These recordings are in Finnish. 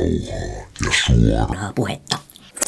rauhaa ja suoraa puhetta.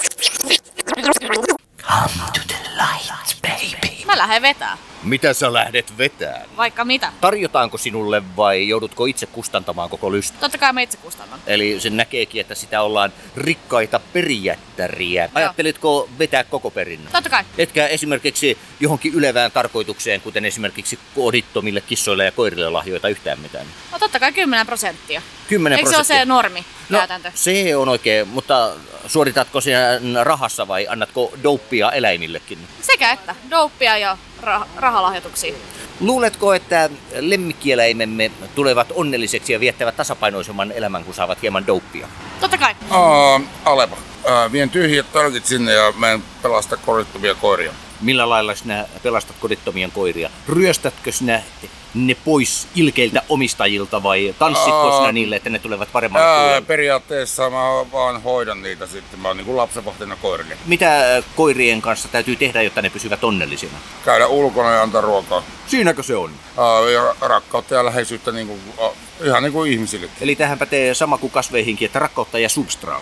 Come to the light, baby. Mä lähden vetää. Mitä sä lähdet vetään? Vaikka mitä. Tarjotaanko sinulle vai joudutko itse kustantamaan koko lysti? Totta kai mä itse kustannan. Eli se näkeekin, että sitä ollaan rikkaita perijättäriä. Ajattelitko vetää koko perinnön? Totta kai. Etkä esimerkiksi johonkin ylevään tarkoitukseen, kuten esimerkiksi kodittomille kissoille ja koirille lahjoita yhtään mitään? No totta kai 10%. 10%. Eikö se ole se normi No, käytäntö? se on oikein, mutta suoritatko sinä rahassa vai annatko dopea eläimillekin? Sekä että. Dopea ja rahalahjoituksia. Luuletko, että lemmikkieläimemme tulevat onnelliseksi ja viettävät tasapainoisemman elämän, kun saavat hieman dopea? Totta kai. Alepa. Vien tyhjät tölkit sinne ja menen pelastaa kodittomia koiria. Millä lailla sinä pelastat kodittomien koiria? Ryöstätkö sinä ne pois ilkeiltä omistajilta vai tanssitko sinä niille, että ne tulevat paremmalle tuelle? Periaatteessa mä vaan hoidan niitä sitten. Mä oon niinku lapsenvahtina koirille. Mitä koirien kanssa täytyy tehdä, jotta ne pysyvät onnellisina? Käydä ulkona ja antaa ruokaa. Siinäkö se on? Ja rakkautta ja läheisyyttä niinku, ihan niin kuin ihmisille. Eli tähän pätee sama kuin kasveihinkin, että rakkautta ja substraali.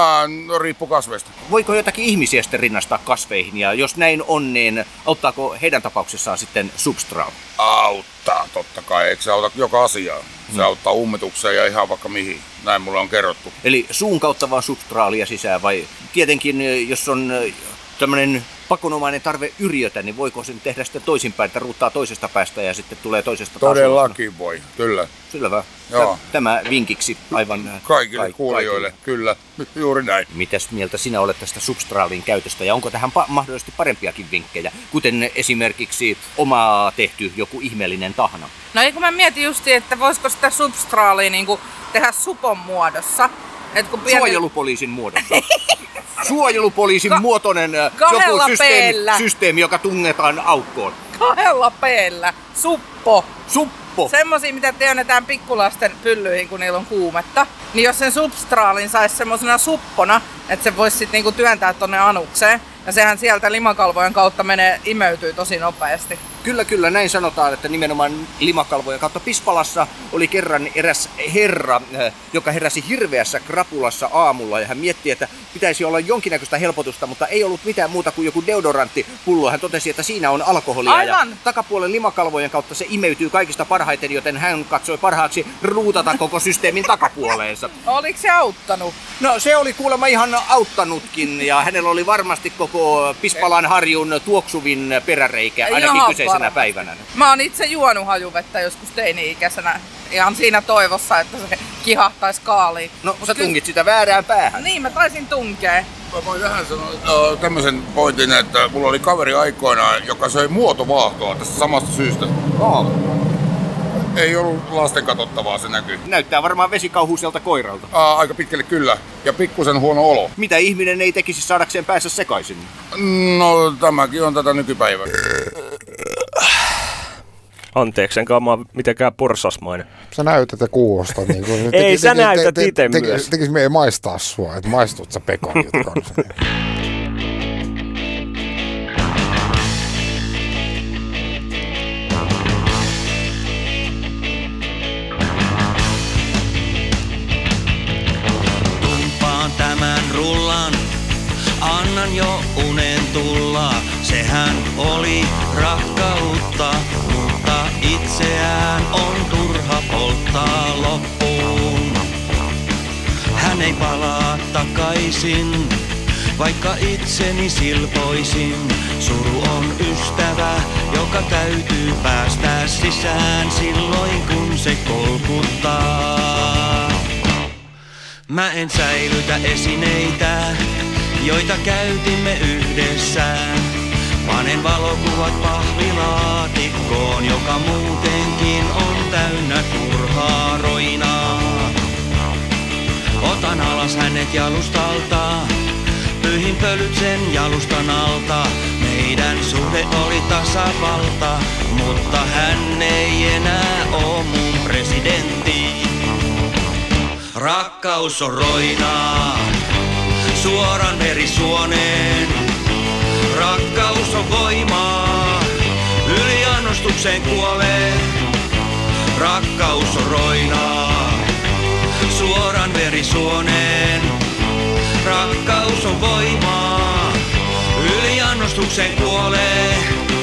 No riippuu kasveista. Voiko jotakin ihmisiä sitten rinnastaa kasveihin, ja jos näin on, niin auttaako heidän tapauksessaan sitten substraali? Auttaa totta kai, eikö se auta joka asiaan? Se auttaa ummitukseen ja ihan vaikka mihin. Näin mulle on kerrottu. Eli suun kautta vaan substraalia sisään, vai tietenkin jos on tämmöinen pakonomainen tarve yrjötä, niin voiko sen tehdä sitten toisinpäin, että ruuttaa toisesta päästä ja sitten tulee toisesta taas? Todellakin voi, kyllä. Selvä. Joo. Tämä vinkiksi aivan kaikille kuulijoille, kyllä. Juuri näin. Mitäs mieltä sinä olet tästä substraalin käytöstä ja onko tähän mahdollisesti parempiakin vinkkejä, kuten esimerkiksi oma tehty joku ihmeellinen tahna? No kun mä mietin justi, että voisiko sitä substraalia niinku tehdä supon muodossa. Suojelupoliisin muodossa. Suojelupoliisin muotoinen joku systeemi, joka tunnetaan aukkoon. 2 P:llä. Suppo. Suppo. Semmosia, mitä työnnetään pikkulasten pyllyihin, kun niillä on kuumetta. Niin jos sen substraalin saisi semmosena suppona, että se voisi sitten niinku työntää tonne anukseen. Ja sehän sieltä limakalvojen kautta imeytyy tosi nopeasti. Kyllä, näin sanotaan, että nimenomaan limakalvojen kautta. Pispalassa oli kerran eräs herra, joka heräsi hirveässä krapulassa aamulla ja hän mietti, että pitäisi olla jonkinnäköistä helpotusta, mutta ei ollut mitään muuta kuin joku deodoranttipullo. Hän totesi, että siinä on alkoholia. Aivan. Ja takapuolen limakalvojen kautta se imeytyy kaikista parhaiten, joten hän katsoi parhaaksi ruutata koko systeemin takapuoleensa. Oliko se auttanut? No se oli kuulemma ihan auttanutkin ja hänellä oli varmasti koko Pispalan harjun tuoksuvin peräreikä ainakin kyseisenä päivänä. Mä oon itse juonut hajuvettä joskus teini-ikäisenä ihan siinä toivossa, että se kihahtaisi kaaliin. No sä tungit sitä väärään päähän. Niin, mä taisin tunkea. Mä voin tähän sanoa tämmöisen pointin, että mulla oli kaveri aikoinaan, joka söi muotovaahtoa tästä samasta syystä. Ei ollut lasten katsottavaa, se näkyy. Näyttää varmaan vesikauhuiselta koiralta. Aika pitkälle kyllä. Ja pikkusen huono olo. Mitä ihminen ei tekisi saadakseen päässä sekaisin? No tämäkin on tätä nykypäivää. Anteeksi, enkä mä mitenkään porsasmainen. Sä näytät ja kuulostat. Niin kuin, ei, sä näytät itse myös. Tekis meidän maistaa sua, että maistut sä pekonit kanssa. Tumpaan tämän rullan, annan jo unen tulla. Sehän oli rakkautta, mutta itseään on turha polttaa loppuun. Hän ei palaa takaisin, vaikka itseni silpoisin. Suru on ystävä, joka täytyy päästää sisään silloin kun se kolkuttaa. Mä en säilytä esineitä, joita käytimme yhdessä. Panen valokuvat pahvilaatikkoon, joka muutenkin on täynnä turhaa roinaa. Otan alas hänet jalustalta, pyyhin pölyt sen jalustan alta. Meidän suhde oli tasavalta, mutta hän ei enää oo mun presidentti. Rakkaus on roinaa, suoran verisuoneen. Rakkaus on voimaa, yliannostukseen kuolee. Rakkaus on roinaa, suoran verisuoneen. Yliannostukseen kuolee.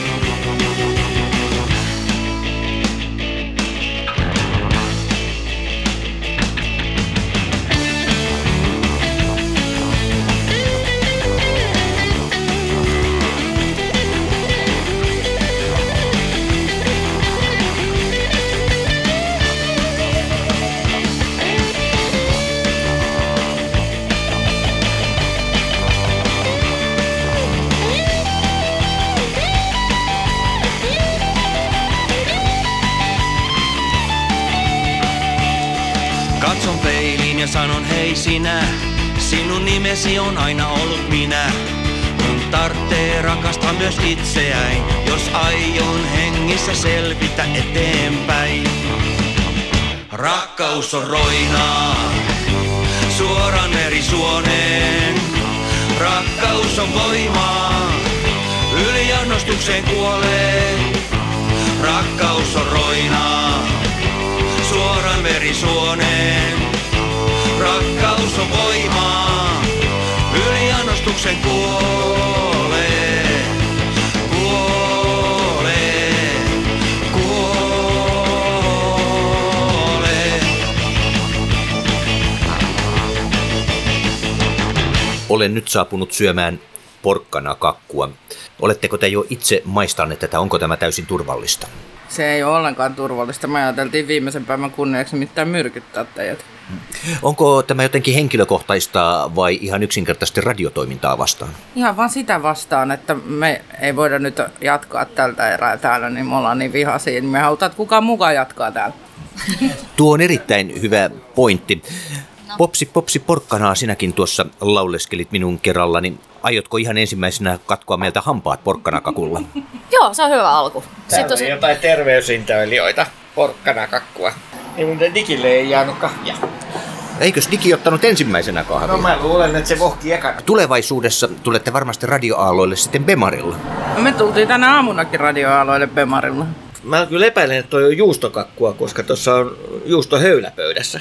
Katson peiliin ja sanon hei sinä, sinun nimesi on aina ollut minä. Mun tarvitsee rakastaa myös itseäin, jos aion hengissä selvitä eteenpäin. Rakkaus on roinaa, suoran verisuoneen. Rakkaus on voimaa, yliannostukseen kuolee. Rakkaus on roinaa, suoran verisuoneen. Rakkaus on voimaa, yliannostuksen kuolee. Kuolee, kuolee. Olen nyt saapunut syömään porkkanakakkua. Oletteko te jo itse maistaneet tätä? Onko tämä täysin turvallista? Se ei ole ollenkaan turvallista. Me ajateltiin viimeisen päivän kunniaksi mitään myrkyttää teidät. Onko tämä jotenkin henkilökohtaista vai ihan yksinkertaisesti radiotoimintaa vastaan? Ihan vaan sitä vastaan, että me ei voida nyt jatkaa tältä erää täällä, niin me ollaan niin vihaisia, niin me halutaan, että kukaan mukaan jatkaa täällä. Tuo on erittäin hyvä pointti. Popsi, popsi, porkkanaa sinäkin tuossa lauleskelit minun kerrallani. Aiotko ihan ensimmäisenä katkoa meiltä hampaat porkkanakakulla? Joo, se on hyvä alku. Täällä on jotain terveysintoilijoita, porkkanakakkua. Niin mun Digille ei jäänyt kahvia. Eikös Digi ottanut ensimmäisenä kahvia? No mä luulen, että se vohki ekana. Tulevaisuudessa tulette varmasti radioaaloille sitten Bemarilla. Me tultiin tänä aamunakin radioaaloille Bemarilla. Mä kyllä epäilen, että toi on juustokakkua, koska tuossa on juustohöylä pöydässä.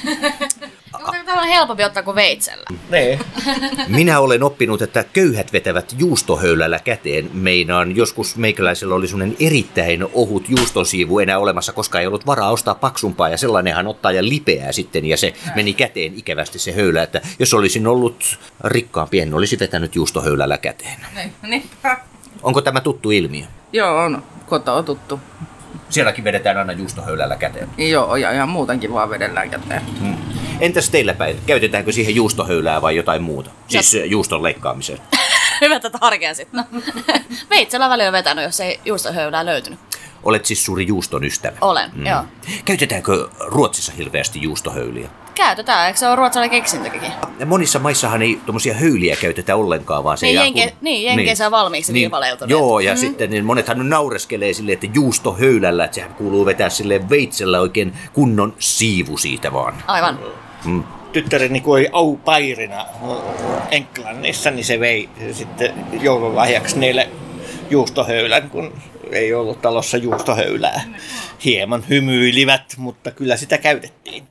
Tämä on helpompi ottaa kuin veitsellä. Nee. Minä olen oppinut, että köyhät vetävät juustohöylällä käteen. Meinaan joskus meikäläisellä oli sellainen erittäin ohut juustosiivu enää olemassa, koska ei ollut varaa ostaa paksumpaa ja sellainenhan ottaa ja lipeää sitten ja se meni käteen ikävästi se höylä. Että jos olisin ollut rikkaampi, en olisi vetänyt juustohöylällä käteen. Niinpä. Onko tämä tuttu ilmiö? Joo, on. Kotoa tuttu. Sielläkin vedetään aina juustohöylällä käteen. Joo, ja ihan muutenkin vaan vedellään käteen. Entäs teillä päin? Käytetäänkö siihen juustohöylää vai jotain muuta? Siis juuston leikkaamiseen. Hyvä, että harkeasit. No. Veitsellä on välillä vetänyt, jos ei juustohöylää löytynyt. Olet siis suuri juuston ystävä. Olen, joo. Käytetäänkö Ruotsissa hirveästi juustohöyliä? Käytetään, eikö se ole ruotsalainen keksintökin? Monissa maissahan ei tuommoisia höyliä käytetä ollenkaan, vaan se Jenkeissä on valmiiksi viipaleutuneet. Joo, ja sitten niin monethan naureskelee silleen, että juustohöylällä, että sehän kuuluu vetää silleen veitsellä oikein kunnon siivu siitä vaan. Aivan. Tyttäreni kun oli au pairina Englannissa, niin se vei sitten joululahjaksi niille juustohöylän, kun ei ollut talossa juustohöylää. Hieman hymyilivät, mutta kyllä sitä käytettiin.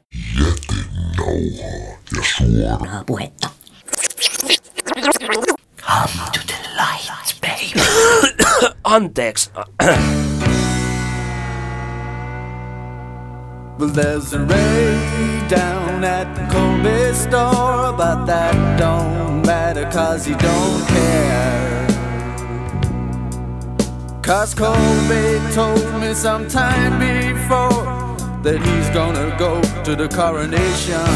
Jätenauhaa ja suoraa puhetta. Come to the light, baby. Anteeksi. Well, there's a raid down at the Colby store, but that don't matter 'cause he don't care. 'Cause Colby told me sometime before that he's gonna go to the coronation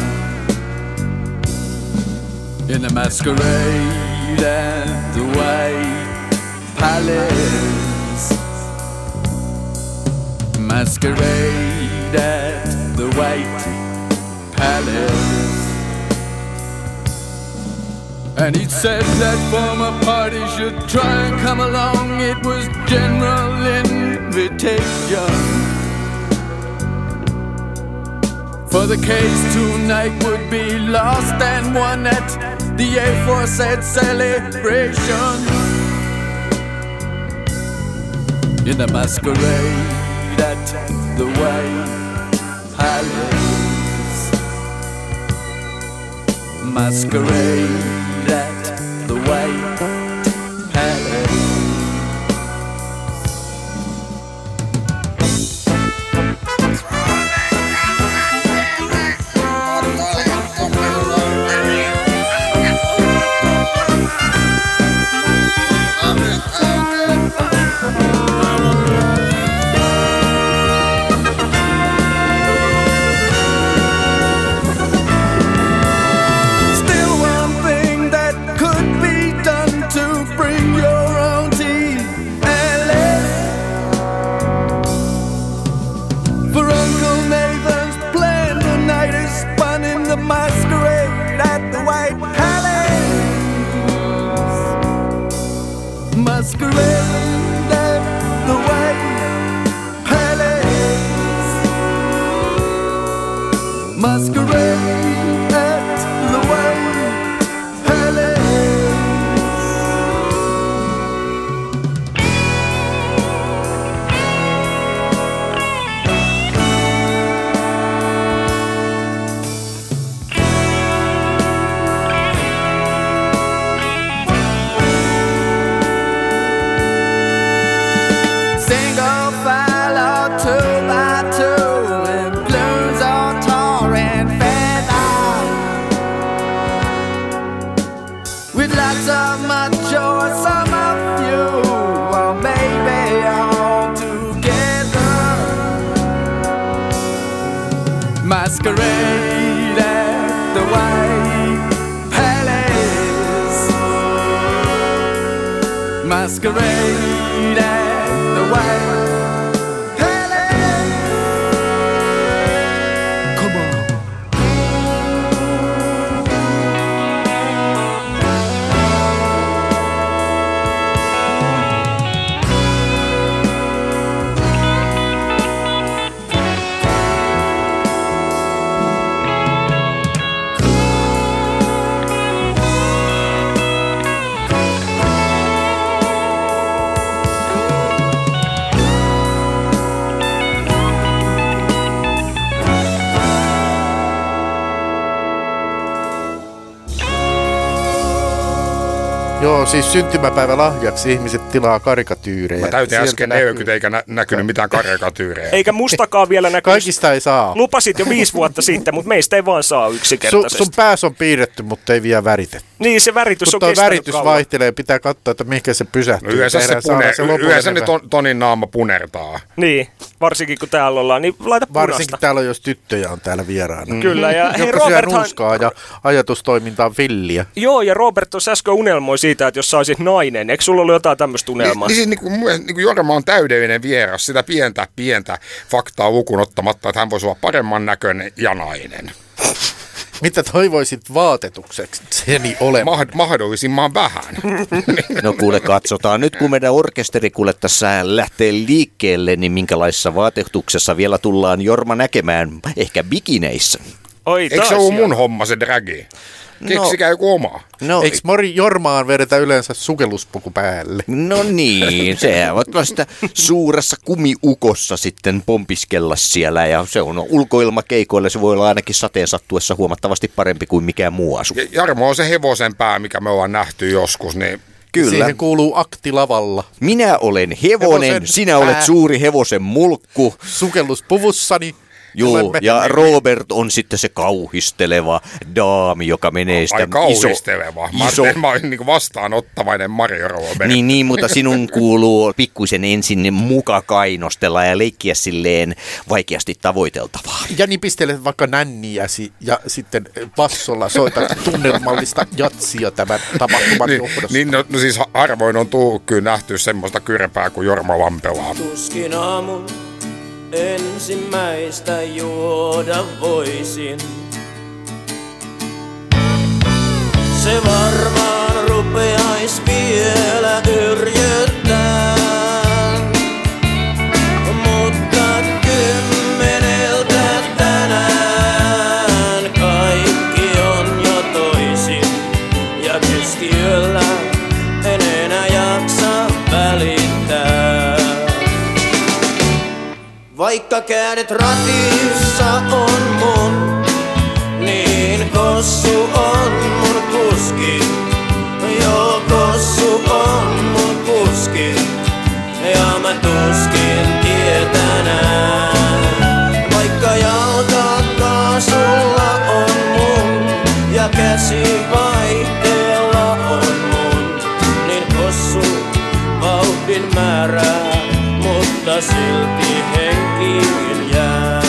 in the masquerade at the White Palace. Masquerade at the White Palace. And he said that former party should try and come along. It was general invitation. For the case tonight would be lost and won at the aforesaid celebration. In the masquerade at the White Palace. Masquerade at the White Palace. sides of my joy, some of you, well maybe all together. Masquerade at the White Palace. Masquerade at the White Palace. Come on. Joo, siis syntymäpäivälahjaksi ihmiset tilaa karikatyyrejä. Mä täytin äsken neökyt eikä näkynyt mitään karikatyyrejä. Eikä mustakaan vielä näkynyt. Kaikista ei saa. Lupasit jo 5 vuotta sitten, mutta meistä ei vaan saa yksinkertaisesti. Sun pääs on piirretty, mutta ei vielä väritetty. Niin, se väritys on kestänyt väritys kauan. Vaihtelee, pitää katsoa, että mihinkä se pysähtyy. No yhdessä ne Tonin naama punertaa. Niin, varsinkin kun täällä ollaan, niin laita punasta. Varsinkin täällä, jos tyttöjä on täällä vieraana. Kyllä, ja hei, joka syö nuuskaa ja ajatustoimintaan villiä. Joo, ja Robert tuossa äsken unelmoi siitä, että jos saisit nainen. Eikö sulla ollut jotain tämmöistä unelmaa? Niin siis niin Jorma on täydellinen vieras, sitä pientä faktaa lukuun ottamatta, että hän voisi olla paremman näköinen ja nainen. Mitä toivoisit vaatetuksekseni olemaan? Mahdollisimman vähän. No kuule, katsotaan nyt, kun meidän orkesteri kuule tässä lähtee liikkeelle, niin minkälaisessa vaatetuksessa vielä tullaan Jorma näkemään, ehkä bikineissä. Eikö se ole mun homma se dragi? Keksikää joku omaa. No, eikö Jormaan vedetä yleensä sukelluspuku päälle? No niin, sehän voit sitä suuressa kumiukossa sitten pompiskella siellä ja se on ulkoilmakeikoille, se voi olla ainakin sateen sattuessa huomattavasti parempi kuin mikään muu asu. Jarmo on se hevosen pää, mikä me ollaan nähty joskus, niin... Kyllä. Siihen kuuluu akti lavalla. Minä olen hevonen, sinä olet suuri hevosen mulkku. Sukelluspuvussani. Joo, ja Robert on sitten se kauhisteleva daami, joka menee sitä kauhisteleva. Mä olin niin vastaanottavainen Mario Robert. Niin, mutta sinun kuuluu pikkuisen ensin muka kainostella ja leikkiä silleen vaikeasti tavoiteltavaa. Ja nipistelet vaikka nänniäsi ja sitten bassolla soitat tunnelmallista jatsia tämän tapahtuman johdossa. Niin, no siis harvoin on tullut kyllä nähty semmoista kyrpää kuin Jorma Vampelaa. Tuskin aamun ensimmäistä juoda voisin. Se varmaan rupeais vielä yrjöttää. Mutta 10:00 tänään kaikki on jo toisin. Ja keskiyöllä en enää jaksa välittää. Vaikka kädet ratissa on mun, niin kossu on mun kuski. Joo, kossu on mun kuski. Ja mä tuskin tietänään. Vaikka jalkakaasulla on mun ja käsi vaihteella on mun, niin kossu vauhdin määrää, mutta silti henkiin jää.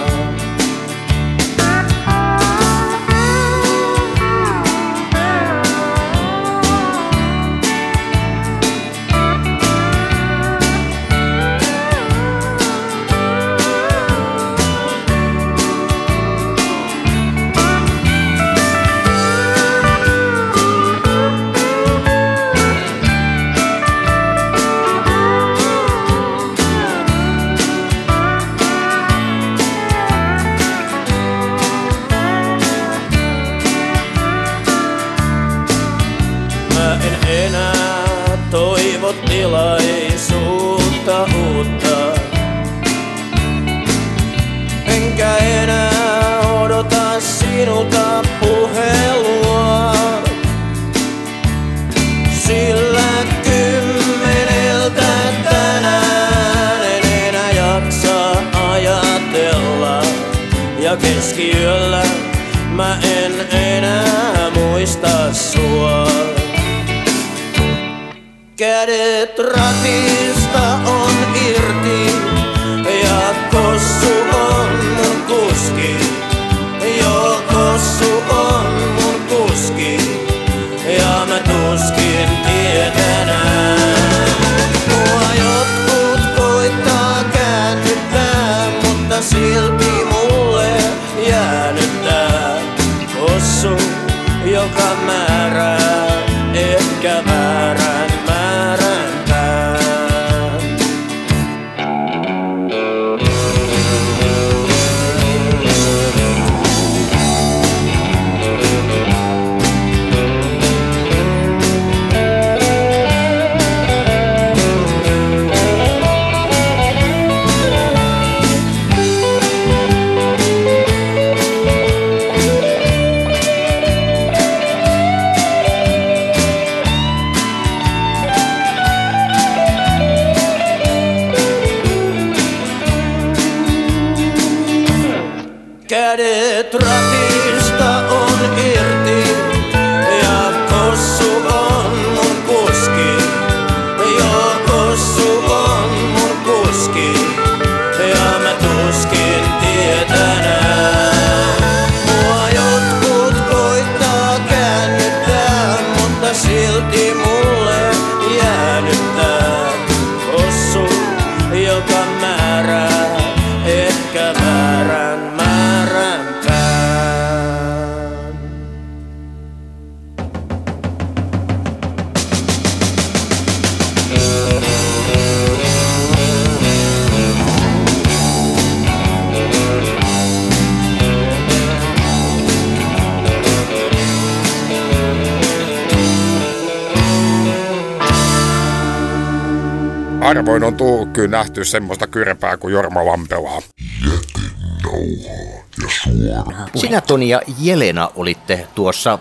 Tilaisuutta uutta. Enkä enää odota sinulta puhelua. Sillä 10:00 tänään en enää jaksa ajatella. Ja keskiyöllä mä en enää muista sua. Kädet ratista on irti ja kossu on mun kuski. Joo, kossu on mun kuski ja mä tuskin tietänään. Mua jotkut koittaa käännyttää, mutta silti mulle jäänyttää kossu, joka määrää ehkä väärän määränpään. Kädet ratista on irti ja kossu on mun kuski. Joo, kossu on mun kuski ja mä tuskin tietänään. Mua jotkut koittaa käännyttää, mutta silti mulle jäänyttää kossu, joka määrää ehkä väärän määränpään. Harvoin on kyllä nähty semmoista kyrpää kuin Jorma Vampelaa. Jätenauhaa ja suoraa. Sinä, Toni ja Jelena, olitte tuossa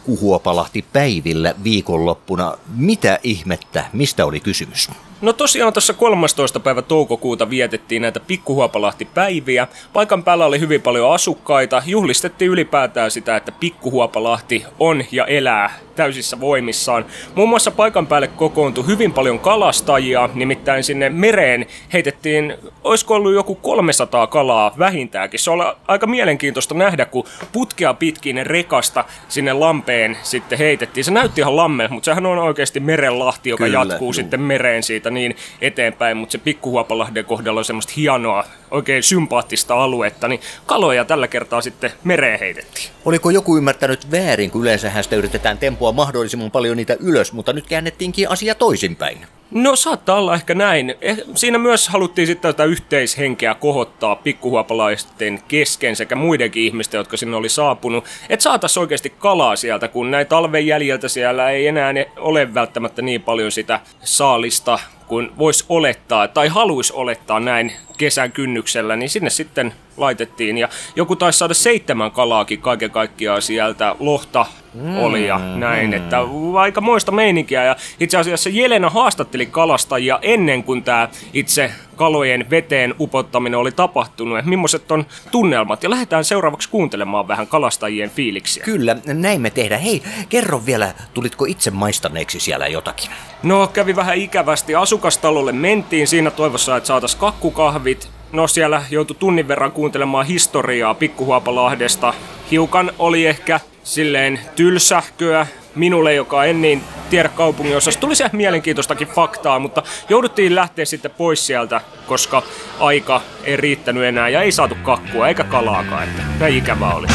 Pikkuhuopalahti-päivillä viikonloppuna. Mitä ihmettä, mistä oli kysymys? No tosiaan tuossa 13. päivä toukokuuta vietettiin näitä Pikkuhuopalahti-päiviä. Paikan päällä oli hyvin paljon asukkaita. Juhlistettiin ylipäätään sitä, että Pikkuhuopalahti on ja elää täysissä voimissaan. Muun muassa paikan päälle kokoontui hyvin paljon kalastajia, nimittäin sinne mereen heitettiin, olisiko ollut joku 300 kalaa vähintäänkin. Se oli aika mielenkiintoista nähdä, kun putkea pitkin rekasta sinne lampeen sitten heitettiin. Se näytti ihan lammelta, mutta sehän on oikeasti merenlahti, joka kyllä jatkuu sitten mereen siitä niin eteenpäin, mutta se Pikkuhuopalahden kohdalla on semmoista hienoa, oikein sympaattista aluetta, niin kaloja tällä kertaa sitten mereen heitettiin. Oliko joku ymmärtänyt väärin, kun yleensähän sitä yritetään tempua mahdollisimman paljon niitä ylös, mutta nyt käännettiinkin asia toisinpäin? No saattaa olla ehkä näin. Siinä myös haluttiin sitten tätä yhteishenkeä kohottaa pikkuhuopalaisten kesken sekä muidenkin ihmisten, jotka sinne oli saapunut, että saataisiin oikeasti kalaa sieltä, kun näin talven jäljiltä siellä ei enää ole välttämättä niin paljon sitä saalista kuin voisi olettaa tai haluaisi olettaa näin kesän kynnyksellä, niin sinne sitten laitettiin. Ja joku taisi saada 7 kalaakin kaiken kaikkiaan sieltä, lohta oli ja näin, että aika moista meininkiä. Ja itse asiassa Jelena haastatteli kalastajia ennen kuin tämä itse kalojen veteen upottaminen oli tapahtunut. Että millaiset on tunnelmat? Ja lähdetään seuraavaksi kuuntelemaan vähän kalastajien fiiliksiä. Kyllä, näin me tehdään. Hei, kerro vielä, tulitko itse maistaneeksi siellä jotakin? No, kävi vähän ikävästi. Asukastalolle mentiin siinä toivossa, että saataisiin kakkukahvit. No, siellä joutui tunnin verran kuuntelemaan historiaa Pikkuhuopalahdesta. Hiukan oli ehkä silleen tylsähköä minulle, joka en niin tiedä kaupungin osassa. Tuli se mielenkiintoistakin faktaa, mutta jouduttiin lähteä sitten pois sieltä, koska aika ei riittänyt enää ja ei saatu kakkua eikä kalaakaan, että näin ikävää oli.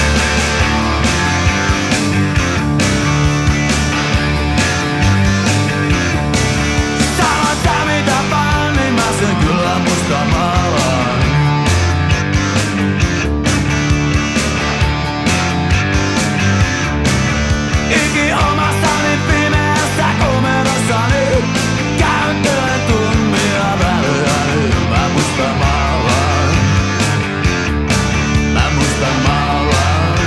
Mä muistan maalaa.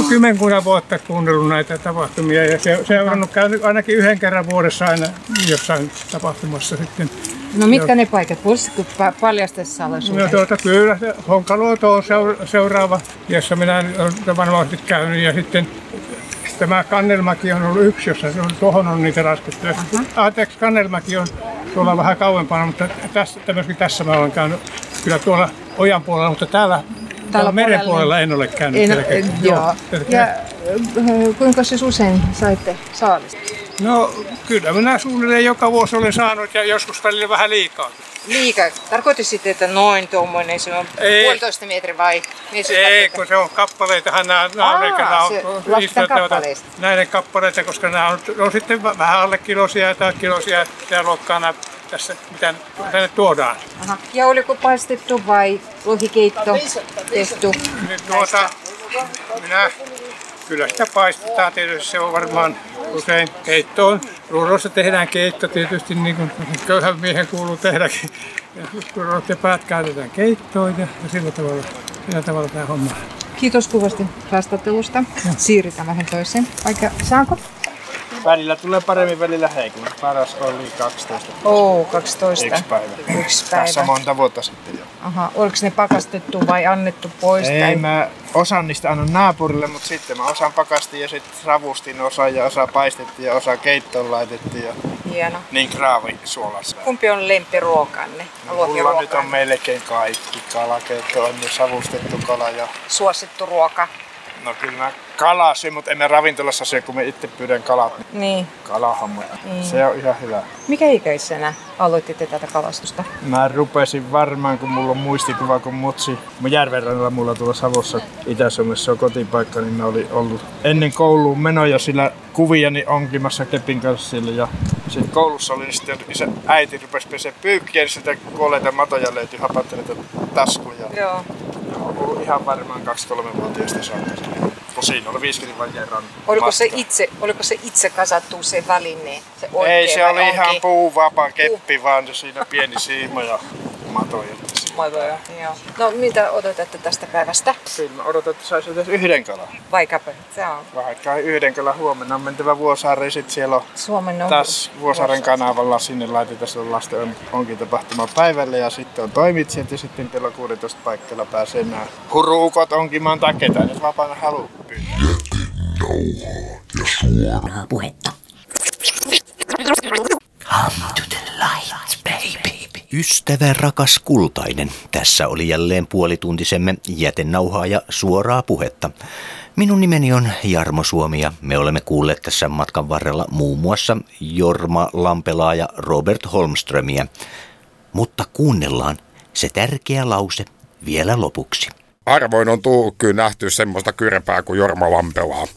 kymmenkunta vuotta kuunnellut näitä tapahtumia ja se on käynyt ainakin yhden kerran vuodessa aina jossain tapahtumassa sitten. No mitkä ne paikat? Voisitko paljastaa salaisuuden? No kyllä, Honkaluoto on seuraava, jossa minä olen varmasti käynyt ja sitten tämä Kannelmäki on ollut yksi, jossa tuohon on niitä laskettu. Anteeksi, Kannelmäki on tuolla vähän kauempana, mutta myöskin tässä mä olen käynyt kyllä tuolla ojan puolella, mutta täällä meren puolella en ole käynyt. Joo. Ja kuinka siis usein saitte saalista? No kyllä minä suunnilleen joka vuosi olen saanut ja joskus välillä vähän liikaa. Liikaa? Tarkoitti sitten, että noin tuommoinen, se on 1,5 metriä vai? Ei, kun se on kappaleitahan nämä näiden kappaleita, koska nämä on sitten vähän alle kilosia tai kilosia ja luokkaa nämä tässä, mitä tänne tuodaan. Aha. Ja oliko paistettu vai lohikeitto tehty? Kyllä sitä paistetaan tietysti, se on varmaan usein keittoon. Ruodossa tehdään keitto tietysti, niin kuin köyhän miehen kuuluu tehdäkin. Ruodot ja päät käytetään keittoon ja sillä tavalla tämä homma. Kiitos kuvasti haastattelusta. Siirrytään vähän toiseen. Saanko? Välillä tulee paremmin, välillä heikommin. Paras oli 12. 12. Yksi päivä. Tässä monta vuotta sitten jo. Aha, oliko ne pakastettu vai annettu pois? Ei, mä osan niistä annan naapurille, mutta sitten mä osan pakastin ja sitten ravustin osa ja osa paistettiin ja osa keittoon laitettiin. Ja hieno. Niin kraavisuolassa. Kumpi on lempiruokanne? Mulla nyt on melkein kaikki. Kalakeitto on jo savustettu kala ja suosittu ruoka. No kyllä mä kalasin, mutta emme ravintolassa syö, kun me itse pyydän kalat. Niin. Kalahamma. Se on ihan hyvä. Mikä ikäisenä aloititte tätä kalastusta? Mä rupesin varmaan, kun mulla on muistikuva, kun mutsi. Järvenrannalla mulla tuolla Savossa, Itä-Suomessa on kotipaikka, niin mä olin ollut ennen kouluun menoja sillä kuviani onkimassa kepin kanssa siellä. Ja sitten koulussa oli, niin sitten äiti rupesi pesee pyykkiä, niin sitä kuolleita matoja löytyi hapatteleita taskuja. Joo. On ollut ihan varmaan 2-3-vuotiaasta saakka. Kun siinä oli 50 vajeran. Oliko se itse kasattu se väline? Ei, se oli ihan puuvapaa keppi, vaan siinä pieni siima ja matoja. Joo. No mitä odotatte tästä päivästä? Kyllä mä odotan, että saisi edes yhden kalan. Vaikkapa se on. Vaikka yhden kalan huomenna on mentävä Vuosaareen, sitten siellä on taas Vuosaaren kanavalla, sinne laitetaan lasten onkitapahtuma päivälle ja sitten on toimitsijat ja sitten kello 16 paikalla pääsee nämä huruukot onkimaan tai ketään, jos vapaana haluaa pyytää. Jätenauhaa ja suoraa puhetta. Come to the light, baby. Ystävä rakas kultainen, tässä oli jälleen puolituntisemme jätenauhaa ja suoraa puhetta. Minun nimeni on Jarmo Suomi ja me olemme kuulleet tässä matkan varrella muun muassa Jorma Lampelaa ja Robert Holmströmiä. Mutta kuunnellaan se tärkeä lause vielä lopuksi. Harvoin on kyllä nähty semmoista kyrpää kuin Jorma Lampelaa.